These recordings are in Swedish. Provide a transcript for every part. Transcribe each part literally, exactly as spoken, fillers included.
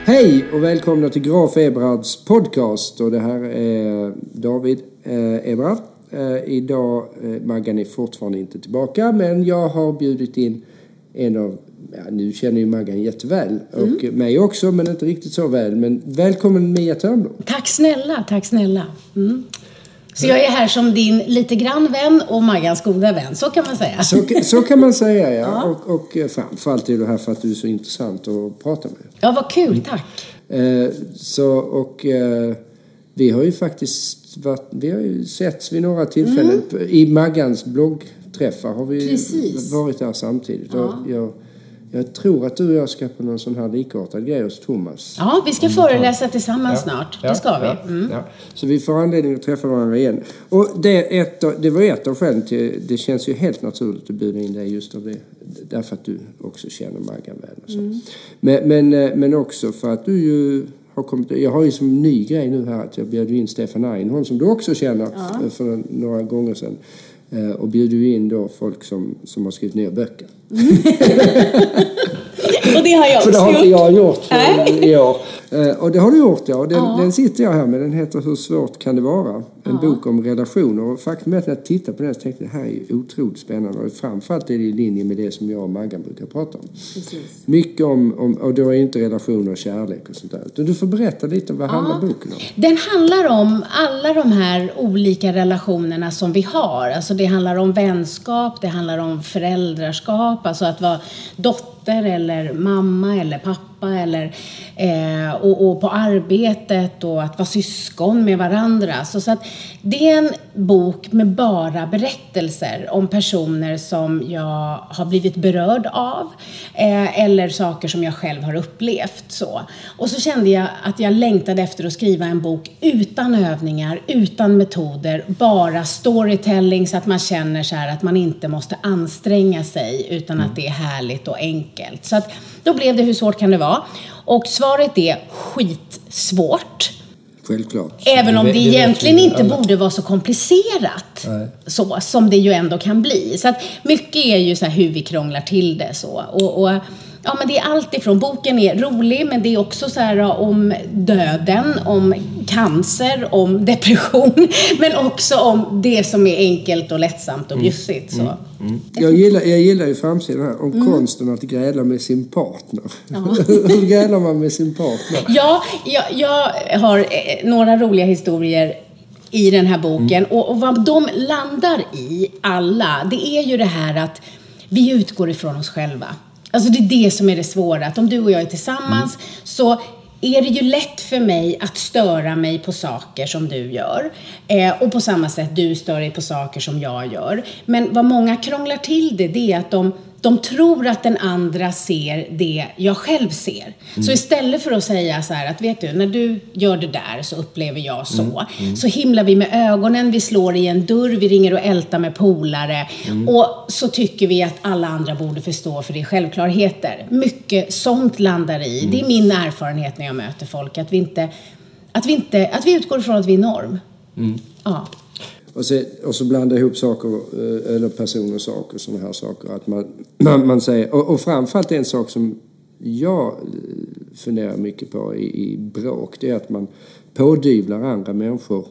Hej och välkomna till Graf Eberhards podcast. Och det här är David eh, Eberhard. Eh, idag, eh, Maggan är fortfarande inte tillbaka, men jag har bjudit in en av, ja, nu känner ju Maggan jätteväl och mm. mig också, men inte riktigt så väl. Men välkommen Mia Törnblom. Tack snälla, tack snälla. Mm. Så jag är här som din lite grann vän och Maggans goda vän, så kan man säga. Så, så kan man säga, ja. ja. Och, och framförallt är du här för att du är så intressant att prata med. Ja, vad kul, tack. Eh, så, och eh, vi har ju faktiskt varit, vi har ju setts vid några tillfällen. Mm. I Maggans bloggträffar har vi Precis. varit där samtidigt. Ja. Och jag, jag tror att du och jag ska på någon sån här likartad grej hos Thomas. Ja, vi ska föreläsa tillsammans ja. snart. Det ska ja. vi. Mm. Ja. Så vi får anledning att träffa varandra igen. Och det, ett, det var ett av skälen till, det känns ju helt naturligt att bjuda in dig just av det. Därför att du också känner Maggan väl. Och så. Mm. Men, men, men också för att du ju har kommit, jag har ju som ny grej nu här att jag bjöd in Stefan Einhorn som du också känner ja. för några gånger sedan. Och bjuder ju in då folk som, som har skrivit ner böcker. Mm. Och det har jag också gjort. För det har inte jag gjort för i år. Och det har du gjort, ja. Den, ja. den sitter jag här med. Den heter Hur svårt kan det vara? En ja. bok om relationer. Och faktum är att när jag tittar på den så tänkte jag det här är ju otroligt spännande. Och framförallt är det i linje med det som jag och Maggan brukar prata om. Precis. Mycket om, om, och då är inte relationer och kärlek och sånt där. Du får berätta lite om vad ja. handlar boken om. Den handlar om alla de här olika relationerna som vi har. Alltså det handlar om vänskap, det handlar om föräldraskap. Alltså att vara dotter eller mamma eller pappa eller, eh, och, och på arbetet och att vara syskon med varandra. Så, så att det är en bok med bara berättelser om personer som jag har blivit berörd av eh, eller saker som jag själv har upplevt. Så. Och så kände jag att jag längtade efter att skriva en bok utan övningar, utan metoder, bara storytelling så att man känner så här att man inte måste anstränga sig utan att det är härligt och enkelt. Så att då blev det Hur svårt kan det vara? Och svaret är skitsvårt. Självklart. Även om det, det egentligen det inte borde vara så komplicerat. Så, som det ju ändå kan bli. Så att mycket är ju så här hur vi krånglar till det. Så. Och, och, ja, men det är allt ifrån. Boken är rolig, men det är också så här om döden, om cancer, om depression. Men också om det som är enkelt och lättsamt och bjussigt. Så. Mm. Mm. Jag, gillar, jag gillar ju framsidan här om mm. konsten att gräla med sin partner. Ja. Hur grälar man med sin partner? Ja, jag, jag har eh, några roliga historier i den här boken. Mm. Och, och vad de landar i, alla, det är ju det här att vi utgår ifrån oss själva. Alltså det är det som är det svåra. Att om du och jag är tillsammans mm. så är det ju lätt för mig att störa mig på saker som du gör. Eh, och på samma sätt du stör dig på saker som jag gör. Men vad många krånglar till det, det är att de, de tror att den andra ser det jag själv ser. Mm. Så istället för att säga så här att vet du, när du gör det där så upplever jag så. Mm. Mm. Så himlar vi med ögonen, vi slår i en dörr, vi ringer och ältar med polare. Mm. Och så tycker vi att alla andra borde förstå för det är självklarheter. Mycket sånt landar i. Mm. Det är min erfarenhet när jag möter folk. Att vi inte, att vi inte, att vi utgår ifrån att vi är norm. Mm. Ja. Och så, och så blanda ihop saker, eller personer och saker och sådana här saker. Att man, man, man säger, och, och framförallt en sak som jag funderar mycket på i, i bråk, det är att man pådyvlar andra människor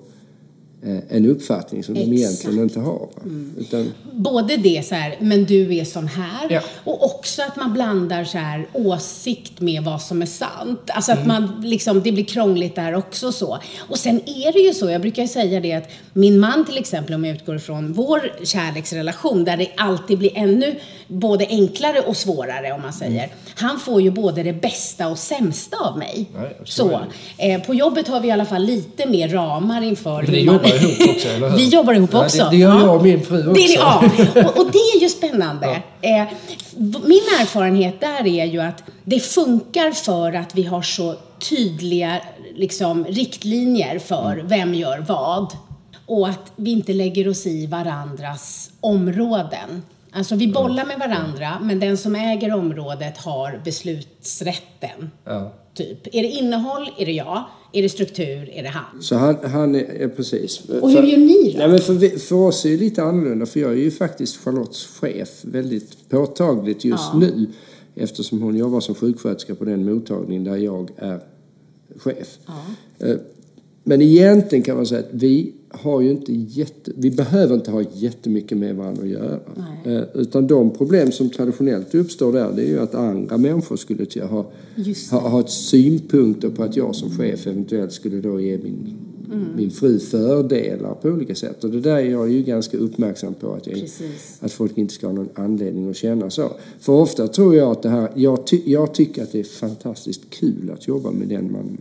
en uppfattning som Exakt. de egentligen inte har. Mm. Utan... Både det så här, men du är sån här. Ja. Och också att man blandar så här åsikt med vad som är sant. Alltså mm. att man liksom, det blir krångligt där också så. Och sen är det ju så, jag brukar säga det att min man till exempel, om jag utgår ifrån vår kärleksrelation, där det alltid blir ännu både enklare och svårare om man säger. Mm. Han får ju både det bästa och sämsta av mig. Nej, så. Eh, på jobbet har vi i alla fall lite mer ramar inför hur man... ihop också, eller hur? Vi jobbar ihop också. Ja, det, det gör jag och min fru också. Det är, ja, och, och det är ju spännande. Ja. Eh, min erfarenhet där är ju att det funkar för att vi har så tydliga liksom, riktlinjer för mm. vem gör vad. Och att vi inte lägger oss i varandras områden. Alltså vi bollar med varandra, men den som äger området har beslutsrätten. Ja. Typ. Är det innehåll, är det jag. Är det struktur, är det han. Så han, han är, ja, precis. Och hur gör ni då? Nej, men för, vi, för oss är det lite annorlunda. För jag är ju faktiskt Charlottes chef väldigt påtagligt just ja. nu. eftersom hon jobbar som sjuksköterska på den mottagning där jag är chef. Ja. Men egentligen kan man säga att vi har ju inte jätte, vi behöver inte ha jättemycket med varandra att göra. Nej. Utan de problem som traditionellt uppstår där, det är ju att andra människor skulle ha, ha, ha ett synpunkter på att jag som chef eventuellt skulle då ge min, mm. min fru fördelar på olika sätt. Och det där är jag ju ganska uppmärksam på, att, jag, att folk inte ska ha någon anledning att känna så. För ofta tror jag att det här, jag, ty, jag tycker att det är fantastiskt kul att jobba med den man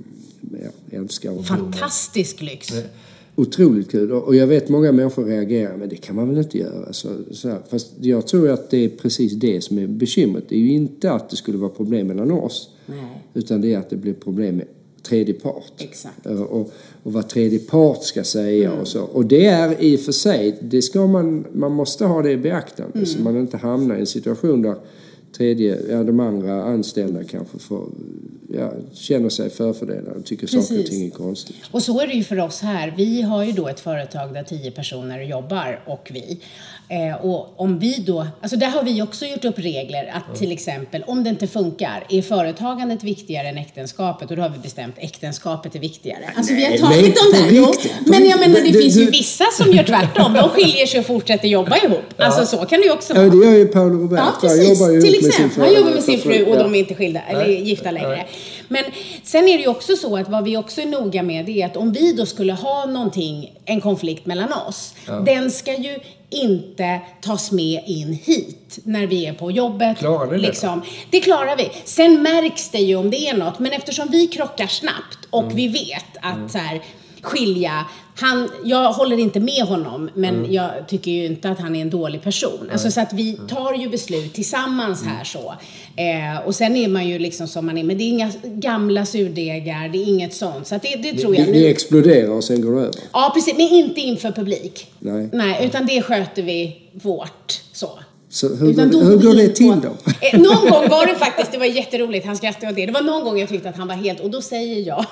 älskar. Och fantastisk lyx. Nej. Otroligt kul. Och jag vet många människor reagerar, men det kan man väl inte göra. Så, så här. Fast jag tror att det är precis det som är bekymret. Det är ju inte att det skulle vara problem mellan oss. Nej. Utan det är att det blir problem med tredje part. Exakt. Och, och vad tredje part ska säga mm. och så. Och det är i och för sig, det ska man, man måste ha det i beaktande. Mm. Så man inte hamnar i en situation där tredje, ja, de andra anställda kanske får, ja, känner sig förfördelade och tycker Precis. Saker och ting är konstigt. Och så är det ju för oss här. Vi har ju då ett företag där tio personer jobbar och vi. Eh, och om vi då, alltså där har vi också gjort upp regler att mm. till exempel om det inte funkar, är företagandet viktigare än äktenskapet, och då har vi bestämt äktenskapet är viktigare. Alltså nej, vi har tagit om det. Jo, men jag menar det, det finns det, ju det, vissa som gör tvärtom. De skiljer sig och fortsätter jobba ihop. Ja. Alltså så kan det ju också vara. Ja, det gör ju Paolo Roberto. Ja, precis. Han jobbar ju till exempel. Han jobbar med sin fru och ja. De är inte skilda eller nej. Gifta längre. Nej. Men sen är det ju också så att vad vi också är noga med är att om vi då skulle ha någonting, en konflikt mellan oss, ja. Den ska ju inte tas med in hit när vi är på jobbet. Klarar vi det? Liksom. Det klarar vi. Sen märks det ju om det är något, men eftersom vi krockar snabbt och mm. vi vet att mm. så här, skilja, han, jag håller inte med honom, men mm. jag tycker ju inte att han är en dålig person. Alltså, så att vi tar ju beslut tillsammans här så. Eh, och sen är man ju liksom som man är, men det är inga gamla surdegar, det är inget sånt. Så att det, det tror jag. Ni, ni exploderar och sen går det över. Ja, precis, men inte inför publik. Nej. Nej, utan det sköter vi vårt så. Så hur, går, hur går det till då? Eh, någon gång var det faktiskt, det var jätteroligt, han skrattade åt det. Det var någon gång jag tyckte att han var helt, och då säger jag,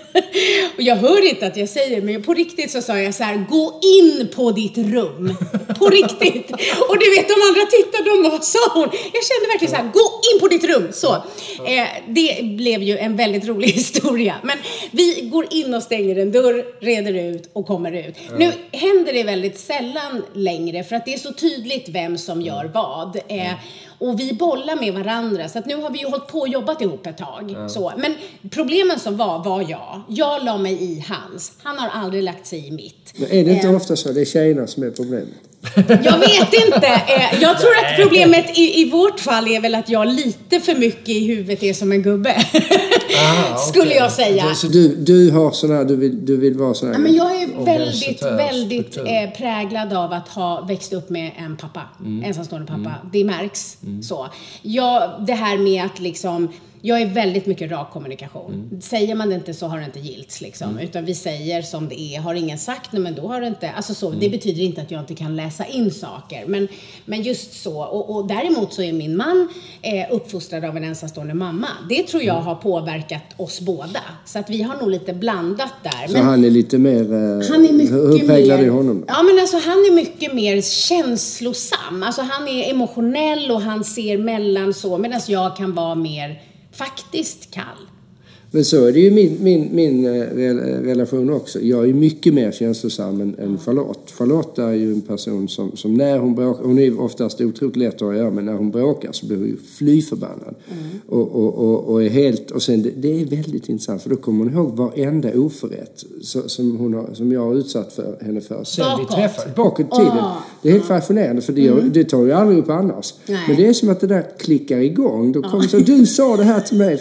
och jag hör inte att jag säger, men på riktigt så sa jag så här: gå in på ditt rum. På riktigt. Och du vet, de andra tittade, de vad sa hon? Jag kände verkligen så här: gå in på ditt rum. Så, eh, det blev ju en väldigt rolig historia. Men vi går in och stänger en dörr, reder ut och kommer ut. Nu händer det väldigt sällan längre, för att det är så tydligt vem som gör vad. Eh, och vi bollar med varandra. Så att nu har vi ju hållit på och jobbat ihop ett tag. Ja. Så. Men problemen som var, var jag. Jag la mig i hans. Han har aldrig lagt sig i mitt. Men är det inte eh, ofta så? Det är tjejerna som är problemet. Jag vet inte. Eh, jag tror att problemet i, i vårt fall är väl att jag lite för mycket i huvudet är som en gubbe. Aha, skulle okay. jag säga. Så du, du har sån här, du vill, du vill vara sån här. Ja, men jag är väldigt, väldigt eh, präglad av att ha växt upp med en pappa. Mm. Ensamstående pappa. Mm. Det märks mm. så. Jag, det här med att liksom, jag är väldigt mycket rak kommunikation. Mm. Säger man det inte så har det inte gilts liksom. Mm. Utan vi säger som det är. Har ingen sagt det, men då har det inte. Alltså så, mm. det betyder inte att jag inte kan läsa in saker. Men, men just så. Och, och däremot så är min man eh, uppfostrad av en ensamstående mamma. Det tror jag har påverkat oss båda. Så att vi har nog lite blandat där. Så men han är lite mer... Eh, han är mycket hur präglar det honom? Ja, men alltså han är mycket mer känslosam. Alltså han är emotionell och han ser mellan så. Medan jag kan vara mer... faktiskt kall. Men så är det ju min, min, min relation också. Jag är mycket mer känslosam än, än Charlotte. Charlotte är ju en person som, som när hon bråkar, hon är oftast otroligt lätt att göra, men när hon bråkar så blir hon ju fly förbannad. Mm. Och, och, och, och är helt, och sen det, det är väldigt intressant, för då kommer hon ihåg varenda oförrätt så, som, hon har, som jag har utsatt för henne för. Sen vi träffade. Bakåt i tiden. Oh. Det är helt fascinerande, för det, mm. det tar ju aldrig upp annars. Nej. Men det är som att det där klickar igång. Då kommer oh. så, du sa det här till mig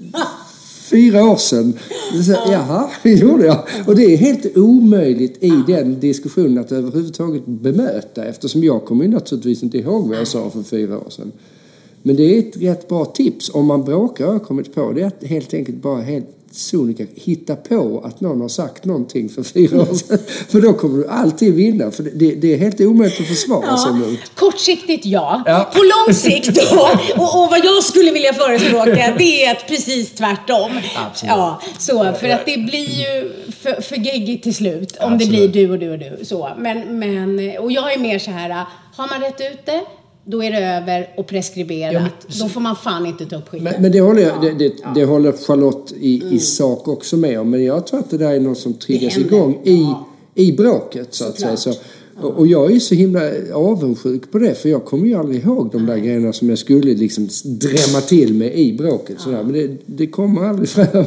fyra år sedan. Så, ja. Jaha, det gjorde jag. Och det är helt omöjligt i ja. den diskussionen att överhuvudtaget bemöta, eftersom jag kommer ju naturligtvis inte ihåg vad jag sa för fyra år sedan. Men det är ett rätt bra tips om man bråkar, jag har kommit på det, att helt enkelt bara helt sonika hitta på att någon har sagt någonting för fyra år sedan. För då kommer du alltid vinna. För det, det är helt omöjligt att försvara ja, sig mot. Kortsiktigt ja. ja. På lång sikt då. Och, och vad jag skulle vilja förespråka, det är att precis tvärtom. Absolut. Ja, så, för att det blir ju för, för geggigt till slut. Om Absolut. Det blir du och du och du. Så. Men, men, och jag är mer så här, har man rätt ut det? då är det över och preskriberat. Ja, men, då får man fan inte ta upp skiten. Men, men det håller jag, det, det, ja. det håller Charlotte i, mm. i sak också med om. Men jag tror att det där är något som triggas igång i, ja. i bråket så, så att säga. Så, och, och jag är så himla avundsjuk på det. För jag kommer ju aldrig ihåg de där Nej. grejerna som jag skulle liksom drämma till med i bråket. Ja. Sådär. Men det, det kommer aldrig fram.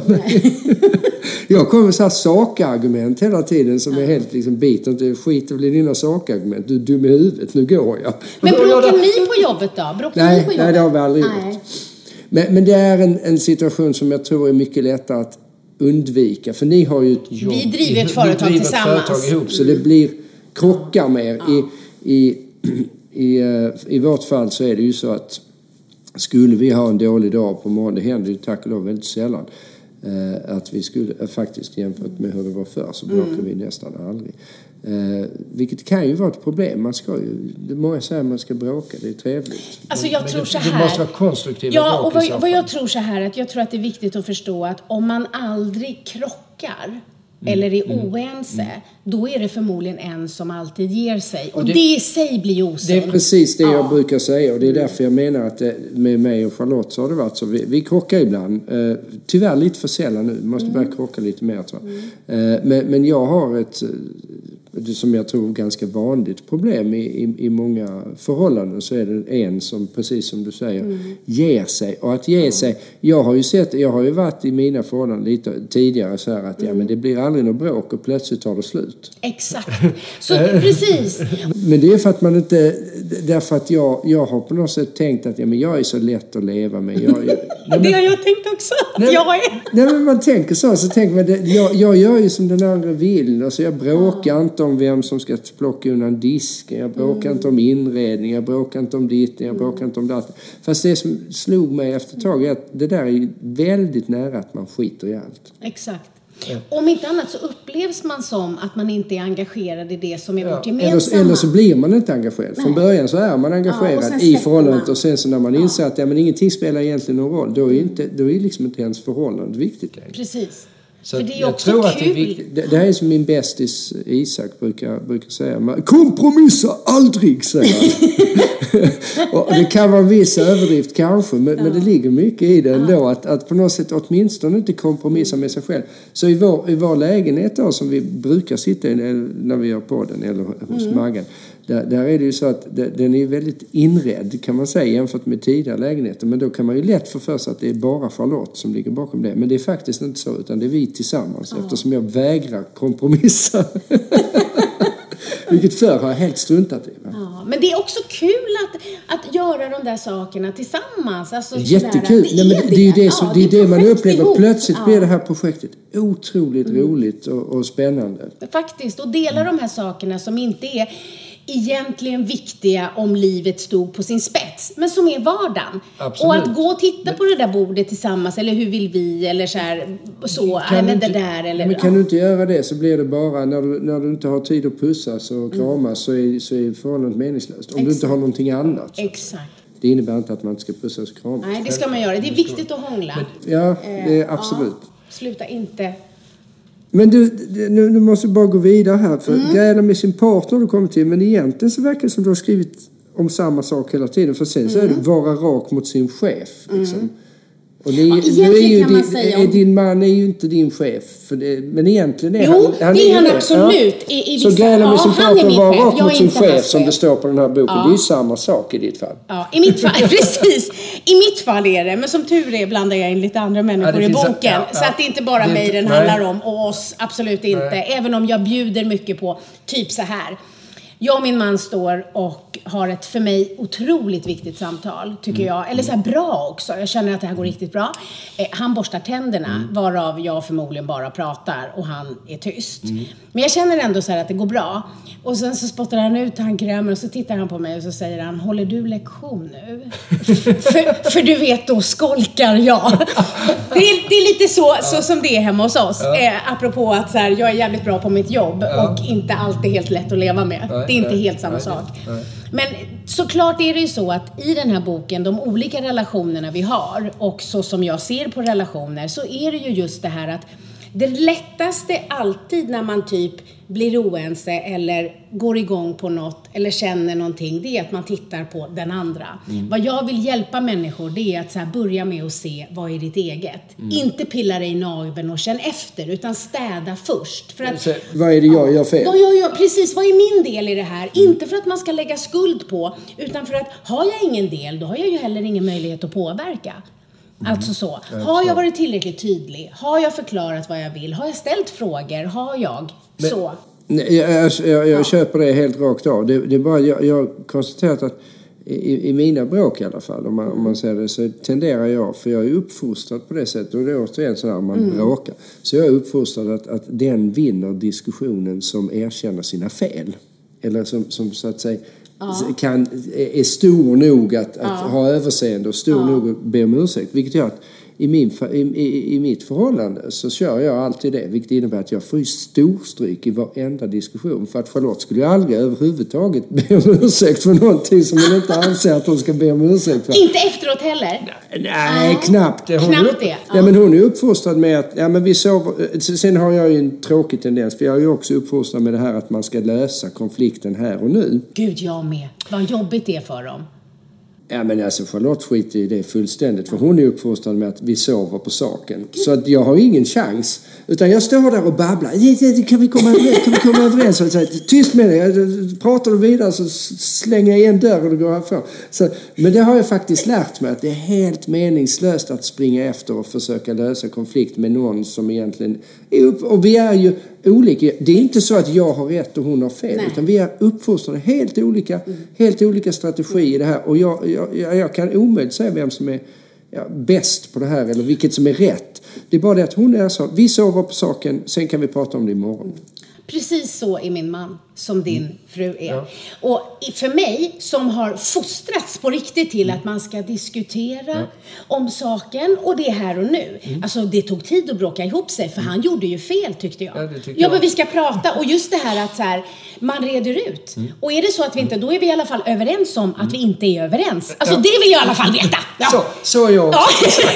Jag kommer så här sakargument hela tiden som ja. är helt liksom biten. Skit väl i dina sakargument. Du är dum i huvudet, nu går jag. Men bråkar ni på jobbet då? Bråkar nej, ni på jobbet? Nej, det har vi aldrig gjort. Men, men det är en, en situation som jag tror är mycket lättare att undvika. För ni har ju ett jobb. Vi driver ett företag driver tillsammans. Ett företag ihop, så det blir krockar mer. Ja. I, i, i, I vårt fall så är det ju så att skulle vi ha en dålig dag på morgonen, det händer ju tack och lov väldigt sällan. Eh, att vi skulle, faktiskt jämfört med hur det var förr så bråkar mm. vi nästan aldrig. Eh, vilket kan ju vara ett problem. Man ska ju, det många säger att man ska bråka, det är trevligt. Alltså jag men, tror men så det, här. Det måste vara konstruktivt. Ja, och vad, vad jag tror så här, att jag tror att det är viktigt att förstå att om man aldrig krockar Mm. eller är oense, mm. då är det förmodligen en som alltid ger sig. Och, och det, det i sig blir osunt. Det är precis det ja. jag brukar säga. Och det är därför jag menar att det, med mig och Charlotte så har det varit så. Vi, vi krockar ibland. Eh, tyvärr lite för sällan nu. Vi måste mm. börja krocka lite mer, tror jag. Mm. Eh, men, men jag har ett, det som jag tror är ganska vanligt problem i, i, i många förhållanden, så är det en som, precis som du säger, mm. ger sig. Och att ge mm. sig, jag har ju sett, jag har ju varit i mina förhållanden lite tidigare så här att mm. ja, men det blir aldrig något bråk och plötsligt tar det slut. Exakt. Så precis. Men det är för att man inte, därför att jag, jag har på något sätt tänkt att ja, men jag är så lätt att leva med. Jag, jag, nej, det har jag tänkt också, att nej, jag är. Nej, men man tänker så, så tänker man, det, jag, jag gör ju som den andra vill. Alltså jag bråkar mm. inte om vem som ska plocka undan disken. Jag bråkar mm. inte om inredning. Jag bråkar inte om ditt. Jag bråkar mm. inte om det. Fast det som slog mig efter ett tag är att det där är väldigt nära att man skiter i allt. Exakt. Ja. Om inte annat så upplevs man som att man inte är engagerad i det som är ja. vårt gemensamma. Eller, eller så blir man inte engagerad. Nej. Från början så är man engagerad ja, i förhållandet. Och sen så när man ja. inser att ja, men ingenting spelar egentligen någon roll. Då är, inte, då är liksom inte ens förhållandet viktigt längre. Precis. Så för det är jag också tror kul. Att det, är viktigt. Det, det här är som min bästis Isak brukar, brukar säga. Man kompromissa aldrig, säger han. Och det kan vara en viss överdrift kanske. Men, ja. men det ligger mycket i det ändå. Ja. Att, att på något sätt åtminstone inte kompromissa med sig själv. Så i vår, i vår lägenhet då, som vi brukar sitta i när vi gör podden eller hos mm. Maggan. Där, där är det ju så att den är väldigt inredd kan man säga jämfört med tidigare lägenheter. Men då kan man ju lätt få för sig att det är bara Charlotte som ligger bakom det. Men det är faktiskt inte så, utan det är vi tillsammans. Ja. Eftersom jag vägrar kompromissa. Vilket förr har jag helt struntat i. Ja, men det är också kul att, att göra de där sakerna tillsammans. Alltså, jättekul. Det, Nej, men det är ju det, som, ja, det, är det, det man upplever. Ihop. Plötsligt ja. blir det här projektet otroligt mm. roligt och, och spännande. Faktiskt. Och dela de här sakerna som inte är egentligen viktiga om livet stod på sin spets, men som är vardagen. Absolut. Och att gå och titta men, på det där bordet tillsammans, eller hur vill vi, eller så här, så, kan eller inte, det där, eller... Men kan ja. du inte göra det så blir det bara, när du, när du inte har tid att pussas och kramas mm. så, är, så är förhållandet meningslöst. Om Exakt. du inte har någonting annat. Så. Exakt. Det innebär inte att man ska pussas och kramas. Nej, det ska man göra. Det är viktigt att hångla. Men, ja, det är absolut. Ja, sluta inte... Men du, nu, nu måste du bara gå vidare här. För mm. grejerna med sin partner du kommer till. Men egentligen så verkar det som du har skrivit om samma sak hela tiden. För sen mm. så är det vara rak mot sin chef. Liksom. Mm. Och ni, ja, nu är ju din, är, din man är ju inte din chef. För det, men egentligen är jo, han... han det är han det. absolut. Ja. I, i så vissa, grejerna med ja, sin partner och vara rak mot sin chef som det står på den här boken. Ja. Det är ju samma sak i ditt fall. Ja, i mitt fall, precis. I mitt fall är det. Men som tur är blandar jag in lite andra människor ja, i boken. A, ja, ja. Så att det inte bara det, mig den nej. handlar om. Och oss, absolut inte. Nej. Även om jag bjuder mycket på typ så här. Jag och min man står och har ett för mig otroligt viktigt samtal, tycker mm. jag. Eller så här bra också. Jag känner att det här går riktigt bra. Eh, han borstar tänderna, mm. varav jag förmodligen bara pratar och han är tyst. Mm. Men jag känner ändå så här att det går bra. Och sen så spottar han ut tandkrämen och så tittar han på mig och så säger han: håller du lektion nu? för, för du vet, då skolkar jag. det, är, det är lite så, ja. så som det är hemma hos oss. Ja. Eh, apropå att så här, jag är jävligt bra på mitt jobb ja. och inte alltid helt lätt att leva med. Ja. Det är inte helt samma nej, sak. Nej. Men såklart är det ju så att i den här boken, de olika relationerna vi har och så som jag ser på relationer, så är det ju just det här att Det lättaste alltid när man typ blir oense eller går igång på något eller känner någonting, det är att man tittar på den andra. Mm. Vad jag vill hjälpa människor, det är att så här börja med att se vad är ditt eget. Mm. Inte pilla dig i naveln och känn efter, utan städa först. För att, så, vad är det jag gör fel? Vad jag gör, precis, vad är min del i det här? Mm. Inte för att man ska lägga skuld på, utan för att har jag ingen del, då har jag ju heller ingen möjlighet att påverka. Mm. Alltså så. Har jag varit tillräckligt tydlig? Har jag förklarat vad jag vill? Har jag ställt frågor? Har jag? Men, så. Nej, jag jag, jag ja. köper det helt rakt av. Det, det är bara, jag, jag har konstaterat att i, i mina bråk i alla fall, om man, om man säger det, så tenderar jag, för jag är uppfostrad på det sättet, och det är återigen sådär man mm. bråkar. Så jag är uppfostrad att, att den vinner diskussionen som erkänner sina fel. Eller som, som så att säga ja. kan, är stor nog att, att ja. ha överseende och stor ja. nog att be om ursäkt. Vilket gör att i, min, i, i, i mitt förhållande så kör jag alltid det. Vilket innebär att jag får ju storstryk i varenda diskussion. För att Charlotte skulle ju aldrig överhuvudtaget be om ursäkt för någonting som hon inte anser att hon ska be om ursäkt för. Inte efteråt heller? Nej, nej knappt. Hon knappt upp, det. Ja. Ja, men hon är uppfostrad med att ja, men vi sover. Sen har jag ju en tråkig tendens. För jag är ju också uppfostrad med det här att man ska lösa konflikten här och nu. Gud, jag med. Vad jobbigt det är för dem. Ja, men alltså Charlotte skiter i det fullständigt. För hon är uppfostrad med att vi sover på saken. Så att jag har ingen chans. Utan jag står där och babblar. Kan vi komma överens? Kan vi komma överens? Så, så, tyst med dig. Pratar du vidare så slänger jag igen dörr och du går härifrån. Så, men det har jag faktiskt lärt mig. Att det är helt meningslöst att springa efter och försöka lösa konflikt med någon som egentligen är upp. Och vi är ju olika. Det är inte så att jag har rätt och hon har fel. Nej. Utan vi är uppfostrade helt olika. Mm. Helt olika strategi i det här. Och jag, jag, jag, jag kan omöjligt säga vem som är ja, bäst på det här. Eller vilket som är rätt. Det är bara det att hon är så. Vi sover på saken. Sen kan vi prata om det imorgon. Precis så är min man som din mm. fru är. Ja. Och för mig som har fostrats på riktigt till mm. att man ska diskutera ja. om saken och det här och nu. Mm. Alltså det tog tid att bråka ihop sig för mm. han gjorde ju fel tyckte jag. Ja, det ja men vi ska prata och just det här att så här, man reder ut. Mm. Och är det så att vi inte, då är vi i alla fall överens om att vi inte är överens. Alltså ja. det vill jag i alla fall veta. Ja. Så, så är jag. Ja.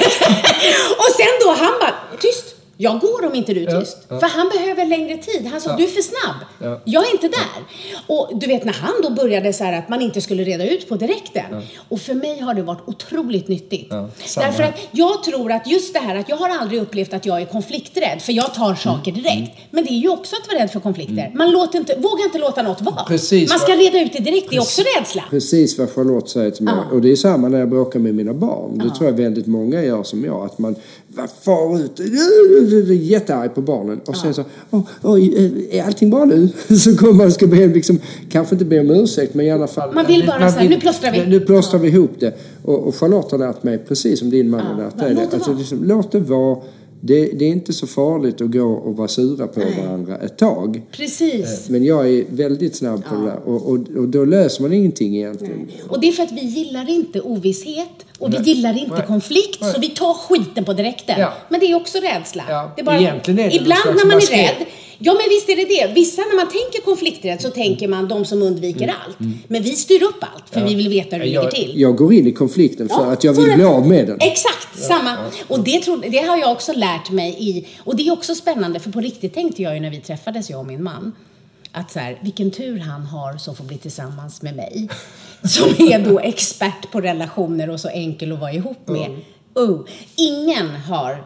Och sen då han bara, tyst. Jag går om inte du är tyst. Ja, ja. För han behöver längre tid. Han sa, ja. du är för snabb. Ja. Jag är inte där. Ja. Och du vet, när han då började så här att man inte skulle reda ut på direkten. Ja. Och för mig har det varit otroligt nyttigt. Ja, därför att jag tror att just det här att jag har aldrig upplevt att jag är konflikträdd. För jag tar saker direkt. Mm. Men det är ju också att vara rädd för konflikter. Mm. Man låter inte, vågar inte låta något vara. Precis, man ska reda ut det direkt. Det är också rädsla. Precis vad Charlotte säger till mig. Ja. Och det är samma när jag bråkar med mina barn. Det ja. tror jag väldigt många gör som jag. Att man far ut. är jättearg på barnen. Och sen så, oh, oh, är allting bra nu? Så kommer man ska be, liksom, kanske inte be om ursäkt, men i alla fall. Man vill bara säga, nu plåstrar vi. Nu plåstrar vi ihop det. Och, och Charlotte har lärt mig, precis som din man har lärt dig det. Alltså, liksom, låt det vara. Det, det är inte så farligt att gå och vara sura på Nej. varandra ett tag. Precis. Men jag är väldigt snabb på ja. det där. Och, och, och då löser man ingenting egentligen. Nej. Och det är för att vi gillar inte ovisshet. Och Nej. vi gillar inte Nej. konflikt. Nej. Så vi tar skiten på direkten. Ja. Men det är också rädsla. Ja. Det är bara, egentligen är det ibland när man är rädd. Ja, men visst är det det. Vissa när man tänker konflikträdd så tänker man de som undviker mm. allt. Mm. Men vi styr upp allt för ja. vi vill veta hur det jag, ligger till. Jag går in i konflikten för ja, att jag vill att, bli av med den. Exakt, ja. samma. Ja. Och det, tror, det har jag också lärt mig i. Och det är också spännande för på riktigt tänkte jag ju när vi träffades, jag och min man. Att så här, vilken tur han har som får bli tillsammans med mig. Som är då expert på relationer och så enkel att vara ihop med. Mm. Oh, ingen har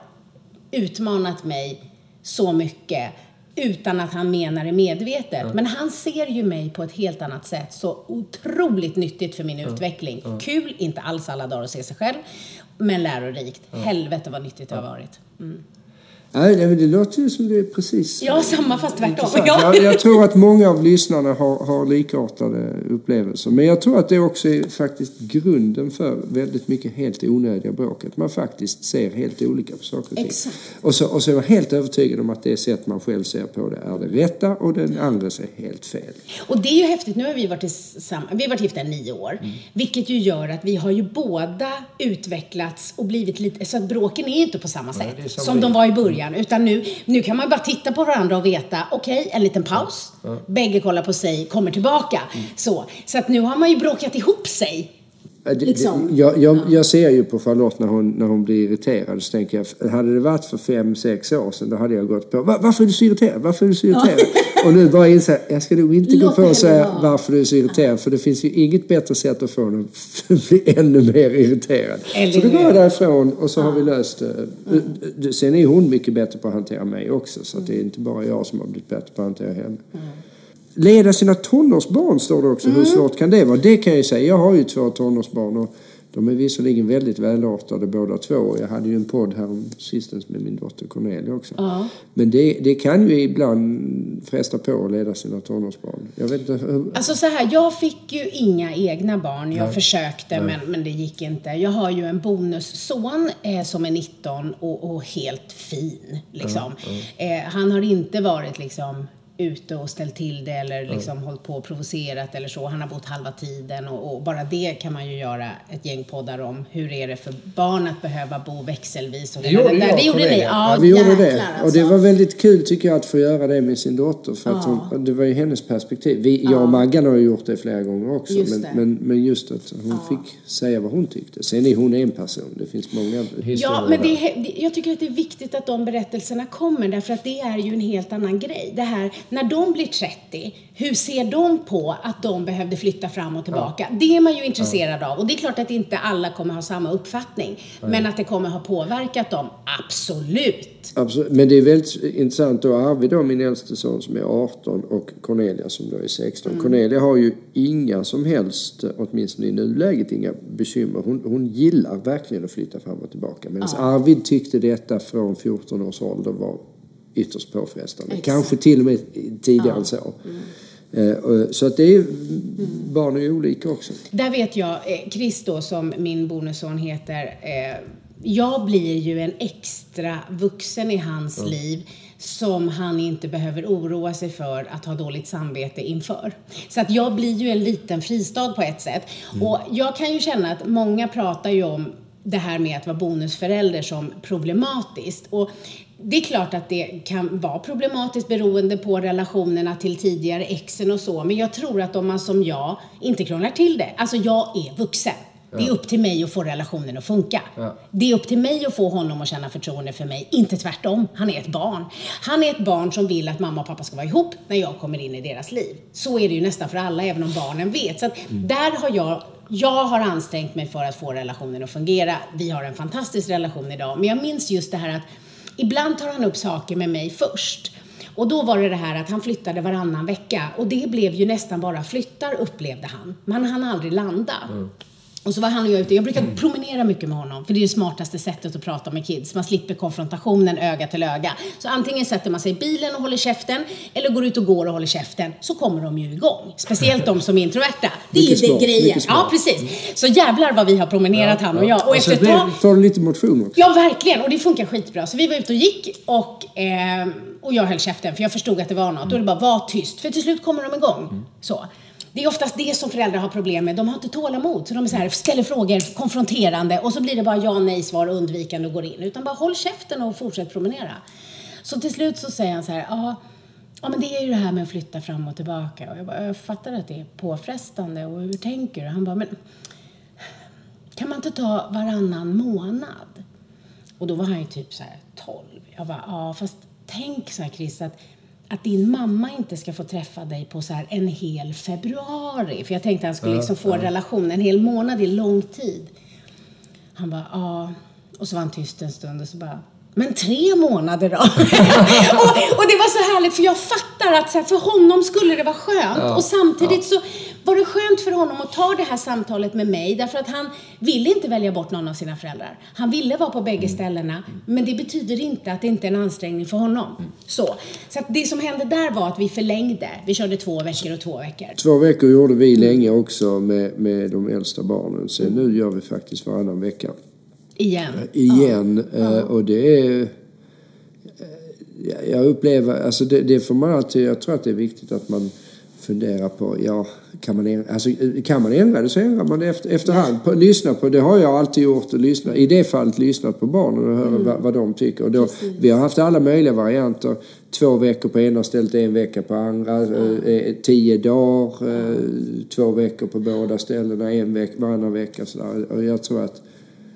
utmanat mig så mycket utan att han menar det medvetet. Mm. Men han ser ju mig på ett helt annat sätt. Så otroligt nyttigt för min mm. utveckling. Mm. Kul, inte alls alla dagar att se sig själv. Men lärorikt. Mm. Helvete vad nyttigt det har varit. Mm. Nej, det låter ju som det är precis... Ja, samma fast tvärtom. Jag, jag tror att många av lyssnarna har, har likartade upplevelser. Men jag tror att det också är faktiskt grunden för väldigt mycket helt onödiga bråk. Att man faktiskt ser helt olika på saker och ting. Exakt. Och så, och så är jag helt övertygad om att det sätt man själv ser på det är det rätta och den andra ser helt fel. Och det är ju häftigt. Nu har vi varit tillsammans, vi har varit gifta i nio år. Mm. Vilket ju gör att vi har ju båda utvecklats och blivit lite... Så att bråken är inte på samma sätt Nej, som, som de var i början. Utan nu, nu kan man bara titta på varandra och veta, okej, okay, en liten paus. Ja. Bägge kollar på sig, kommer tillbaka. Mm. Så, så att nu har man ju bråkat ihop sig Liksom. Jag, jag, jag ser ju på Charlotte när hon, när hon blir irriterad, så tänker jag, hade det varit för fem, sex år sedan, då hade jag gått på, Va, varför är du så irriterad? Varför är du så irriterad? Ja. Och nu bara inser jag ska nog inte Låt gå på och säga vara. varför du är så irriterad, för det finns ju inget bättre sätt att få henne att bli ännu mer irriterad. Eller så då går jag därifrån och så ja. har vi löst det. Mm. Sen är hon mycket bättre på att hantera mig också, så att det är inte bara jag som har blivit bättre på att hantera henne. Mm. Leda sina tonårsbarn står det också. Mm. Hur svårt kan det vara? Det kan jag säga. Jag har ju två tonårsbarn och de är visserligen väldigt välartade båda två. Jag hade ju en podd här om sistens med min dotter Cornelia också. Ja. Men det, det kan ju ibland fresta på att leda sina tonårsbarn. Jag vet inte hur... Alltså så här, jag fick ju inga egna barn. Jag Nej. försökte Nej. Men, men det gick inte. Jag har ju en bonusson eh, som är nitton och, och helt fin. Liksom. Ja, ja. Eh, han har inte varit liksom... ute och ställt till det eller liksom mm. hållit på och provocerat eller så. Han har bott halva tiden och, och bara det kan man ju göra ett gäng poddar om. Hur är det för barn att behöva bo växelvis? Och det, det, där. det gjorde ni. Ja, ja, vi gjorde det. Alltså. Och det var väldigt kul tycker jag att få göra det med sin dotter. För att ja. hon, det var ju hennes perspektiv. Vi, jag och Maggan har ju gjort det flera gånger också. Just men, men, men just att hon ja. fick säga vad hon tyckte. Sen är hon en person. Det finns många historier. Ja, men det är, jag tycker att det är viktigt att de berättelserna kommer. Därför att det är ju en helt annan grej. Det här, när de blir trettio, hur ser de på att de behövde flytta fram och tillbaka? Ja. Det är man ju intresserad ja. av. Och det är klart att inte alla kommer ha samma uppfattning. Ja. Men att det kommer ha påverkat dem, absolut. Absolut. Men det är väldigt intressant. Då Arvid då, min äldste son som är arton och Cornelia som då är sexton. Mm. Cornelia har ju inga som helst, åtminstone i nuläget, inga bekymmer. Hon, hon gillar verkligen att flytta fram och tillbaka. Medan ja. Arvid tyckte detta från fjorton års ålder var ytterst påfrestande. Exakt. Kanske till och med tidigare ja. än så. Mm. Så att det är mm. barn är olika också. Där vet jag, Chris då, som min bonusson heter, jag blir ju en extra vuxen i hans ja. liv som han inte behöver oroa sig för att ha dåligt samvete inför. Så att jag blir ju en liten fristad på ett sätt. Mm. Och jag kan ju känna att många pratar ju om det här med att vara bonusförälder som problematiskt. Och det är klart att det kan vara problematiskt beroende på relationerna till tidigare exen och så. Men jag tror att om man som jag inte krånglar till det. Alltså jag är vuxen. Ja. Det är upp till mig att få relationen att funka. Ja. Det är upp till mig att få honom att känna förtroende för mig. Inte tvärtom. Han är ett barn. Han är ett barn som vill att mamma och pappa ska vara ihop när jag kommer in i deras liv. Så är det ju nästan för alla, även om barnen vet. Så att mm. där har jag... Jag har ansträngt mig för att få relationen att fungera. Vi har en fantastisk relation idag. Men jag minns just det här att ibland tar han upp saker med mig först. Och då var det det här att han flyttade varannan vecka. Och det blev ju nästan bara flyttar, upplevde han. Men han aldrig landa. Mm. Och så var han och jag ute. Jag brukar promenera mycket med honom. För det är det smartaste sättet att prata med kids. Man slipper konfrontationen öga till öga. Så antingen sätter man sig i bilen och håller käften. Eller går ut och går och håller käften. Så kommer de ju igång. Speciellt de som är introverta. Det är ju det grejen. Ja, precis. Så jävlar vad vi har promenerat ja, han och jag. Och alltså, efter ett tag... Tar du lite motion också? Ja, verkligen. Och det funkar skitbra. Så vi var ute och gick. Och, eh, och jag höll käften. För jag förstod att det var något. Och det bara var tyst. För till slut kommer de igång. Mm. Så. Det är oftast det som föräldrar har problem med. De har inte tålamod. Så de är så här, ställer frågor, konfronterande. Och så blir det bara ja, nej, svar, undvikande och går in. Utan bara håll käften och fortsätt promenera. Så till slut så säger han så här, ja, ja men det är ju det här med att flytta fram och tillbaka. Och jag bara, jag fattar att det är påfrestande. Och hur tänker du? Han bara, men kan man inte ta varannan månad? Och då var han ju typ så här tolv. Jag bara, ja fast tänk så här Chris, att att din mamma inte ska få träffa dig på så här en hel februari. För jag tänkte att han skulle liksom få en relation. En hel månad är lång tid. Han bara, ja. Och så var han tyst en stund och så bara, men tre månader då? och, och det var så härligt för jag fattar att så här, för honom skulle det vara skönt. Ja, och samtidigt ja. så var det skönt för honom att ta det här samtalet med mig. Därför att han ville inte välja bort någon av sina föräldrar. Han ville vara på bägge mm. ställena. Mm. Men det betyder inte att det inte är en ansträngning för honom. Mm. Så, så att det som hände där var att vi förlängde. Vi körde två veckor och två veckor. Två veckor gjorde vi länge också med, med de äldsta barnen. Så mm. nu gör vi faktiskt varannan vecka. Igen. Igen. Ja. Och det är... Jag upplever... Alltså det, det får man alltid... Jag tror att det är viktigt att man fundera på, ja, kan man ändra, alltså, kan man ändra det så ändrar man det efter, efterhand. På, lyssna på, det har jag alltid gjort, och lyssna, i det fallet lyssnat på barnen och höra mm. vad, vad de tycker. Och då, vi har haft alla möjliga varianter, två veckor på ena stället, en vecka på andra, mm. eh, tio dagar, eh, två veckor på båda ställena, en vecka, varannan vecka. Sådär. Och jag tror att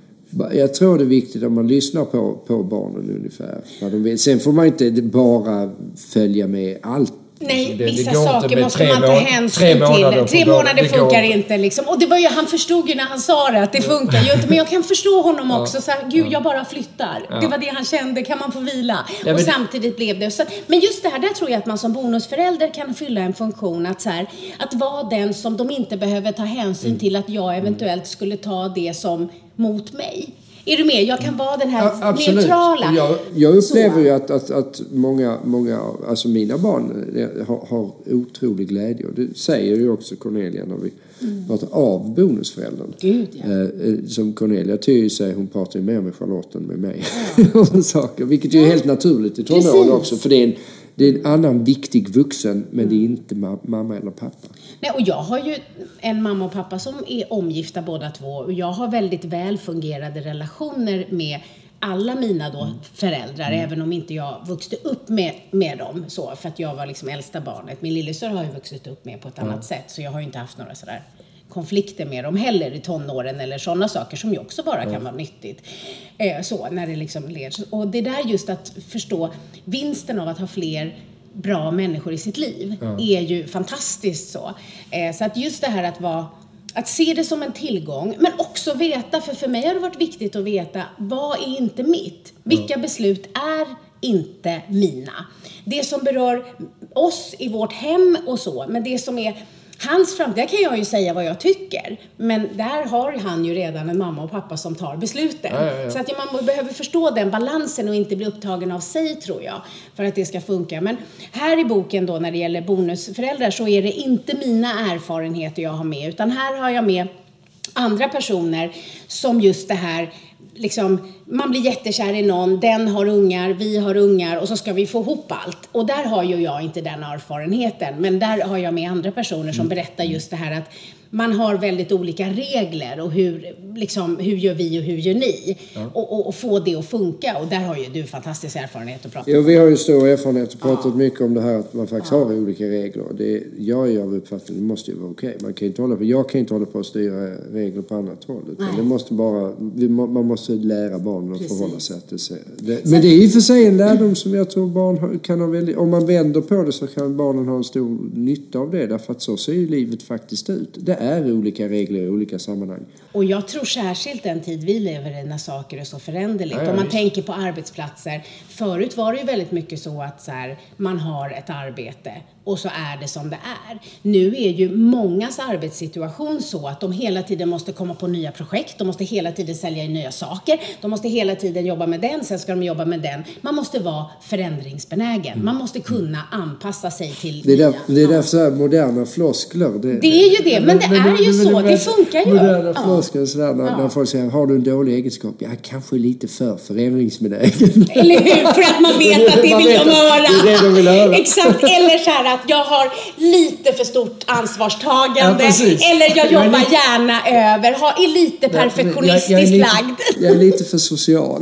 Jag tror det är viktigt att man lyssnar på, på barnen ungefär. Vad de vill. Sen får man inte bara följa med allt. Nej, det, vissa det saker måste man ta hänsyn tre månader till. Tre månader det funkar går. inte liksom. Och det var ju, han förstod ju när han sa det att det funkar ju inte. Men jag kan förstå honom också. Så här, gud, jag bara flyttar. Ja. Det var det han kände. Kan man få vila? Ja, och samtidigt blev det. Så, men just det här, där tror jag att man som bonusförälder kan fylla en funktion. Att, så här, att vara den som de inte behöver ta hänsyn mm. till att jag eventuellt skulle ta det som mot mig. Är du med? Jag kan vara den här ja, neutrala. Jag, jag upplever så. ju att, att, att många, många, alltså mina barn har, har otrolig glädje. Och det säger ju också Cornelia när vi mm. pratar av bonusföräldern. Gud, ja. eh, som Cornelia tycker sig, hon pratar ju mer med Charlotte än med mig. Ja. saker, vilket ju är helt naturligt i tonåren också. För det är en, det är en annan viktig vuxen, men mm. det är inte ma- mamma eller pappa. Nej, och jag har ju en mamma och pappa som är omgifta båda två. Och jag har väldigt väl fungerande relationer med alla mina då föräldrar. Mm. Även om inte jag vuxte upp med, med dem. Så, för att jag var liksom äldsta barnet. Min lillasyrra har ju vuxit upp med på ett mm. annat sätt. Så jag har ju inte haft några sådär konflikter med dem heller i tonåren. Eller sådana saker som ju också bara mm. kan vara nyttigt. Eh, så, när det liksom leds. Och det där just att förstå vinsten av att ha fler bra människor i sitt liv ja. är ju fantastiskt så. Eh, så att just det här att vara, att se det som en tillgång, men också veta, för för mig har det varit viktigt att veta, vad är inte mitt? Vilka ja. beslut är inte mina? Det som berör oss i vårt hem och så, men det som är hans framtid, där kan jag ju säga vad jag tycker. Men där har han ju redan en mamma och pappa som tar besluten. Ja, ja, ja. Så att man behöver förstå den balansen och inte bli upptagen av sig, tror jag. För att det ska funka. Men här i boken då, när det gäller bonusföräldrar, så är det inte mina erfarenheter jag har med. Utan här har jag med andra personer som just det här, liksom, man blir jättekär i någon, den har ungar, vi har ungar, och så ska vi få ihop allt. Och där har ju jag inte den erfarenheten, men där har jag med andra personer som berättar just det här att man har väldigt olika regler och hur, liksom, hur gör vi och hur gör ni? Ja. Och, och, och få det att funka. Och där har ju du fantastisk erfarenhet att prata om. Ja, vi har ju stor erfarenhet och pratat ja. mycket om det här att man faktiskt ja. har olika regler. Det, jag är av uppfattningen, det måste ju vara okej. Man kan inte hålla på, jag kan inte hålla på att styra regler på annat håll. Utan det måste bara, vi, man måste lära barnen att Precis. förhålla sig till sig. Det, men det är ju för sig en lärdom som jag tror barn kan ha väldigt, om man vänder på det så kan barnen ha en stor nytta av det. Därför att så ser ju livet faktiskt ut. Det är olika regler i olika sammanhang. Och jag tror särskilt den tid vi lever i när saker är så föränderligt. Ja, ja, Om man visst. tänker på arbetsplatser. Förut var det ju väldigt mycket så att så här, man har ett arbete och så är det som det är. Nu är ju mångas arbetssituation så att de hela tiden måste komma på nya projekt. De måste hela tiden sälja in nya saker. De måste hela tiden jobba med den, sen ska de jobba med den. Man måste vara förändringsbenägen. Mm. Man måste kunna anpassa sig till det är där, det är därför så här moderna floskler. Det, det är ju det, men det men, är ju men, så. Men, det funkar ju. Moderna ja. floskler sådär, när, ja. när folk säger, har du en dålig egenskap? Ja, kanske lite för förändringsbenägen. Eller hur? För att man vet att det vill de höra. Det är det de vill höra. Exakt. Eller så här att jag har lite för stort ansvarstagande. Ja, eller jag jobbar jag lite, gärna över. Ha, är lite perfektionistiskt jag, jag är lite, lagd. Jag är lite för social.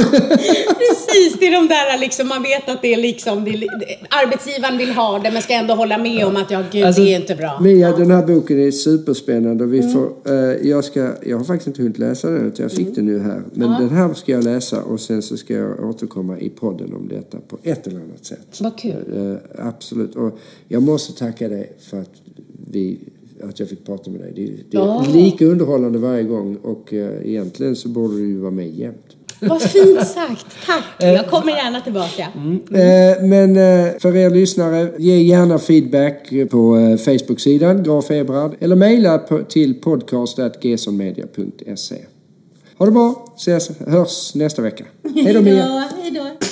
Precis, det är de där liksom, man vet att det är liksom, det är, arbetsgivaren vill ha det men ska ändå hålla med ja. om att jag, gud, alltså, det är inte bra. Mia, ja. den här boken är superspännande. Vi mm. får, eh, jag, ska, jag har faktiskt inte hunnit läsa den, utan jag fick mm. den nu här. Men ja. den här ska jag läsa och sen så ska jag återkomma i podden om detta på ett eller annat sätt. Vad kul. Eh, absolut. Och jag måste tacka dig för att, vi, att jag fick prata med dig. Det, det är ja. lika underhållande varje gång och eh, egentligen så borde du ju vara med jämt. Vad fint sagt. Tack. Jag kommer gärna tillbaka. Mm. Mm. Men för er lyssnare, ge gärna feedback på Facebook-sidan Graf Ebrard eller mejla till podcast at gesonmedia punkt se. Ha det bra. Ses, hörs nästa vecka. Hej då, Mia. Hej då.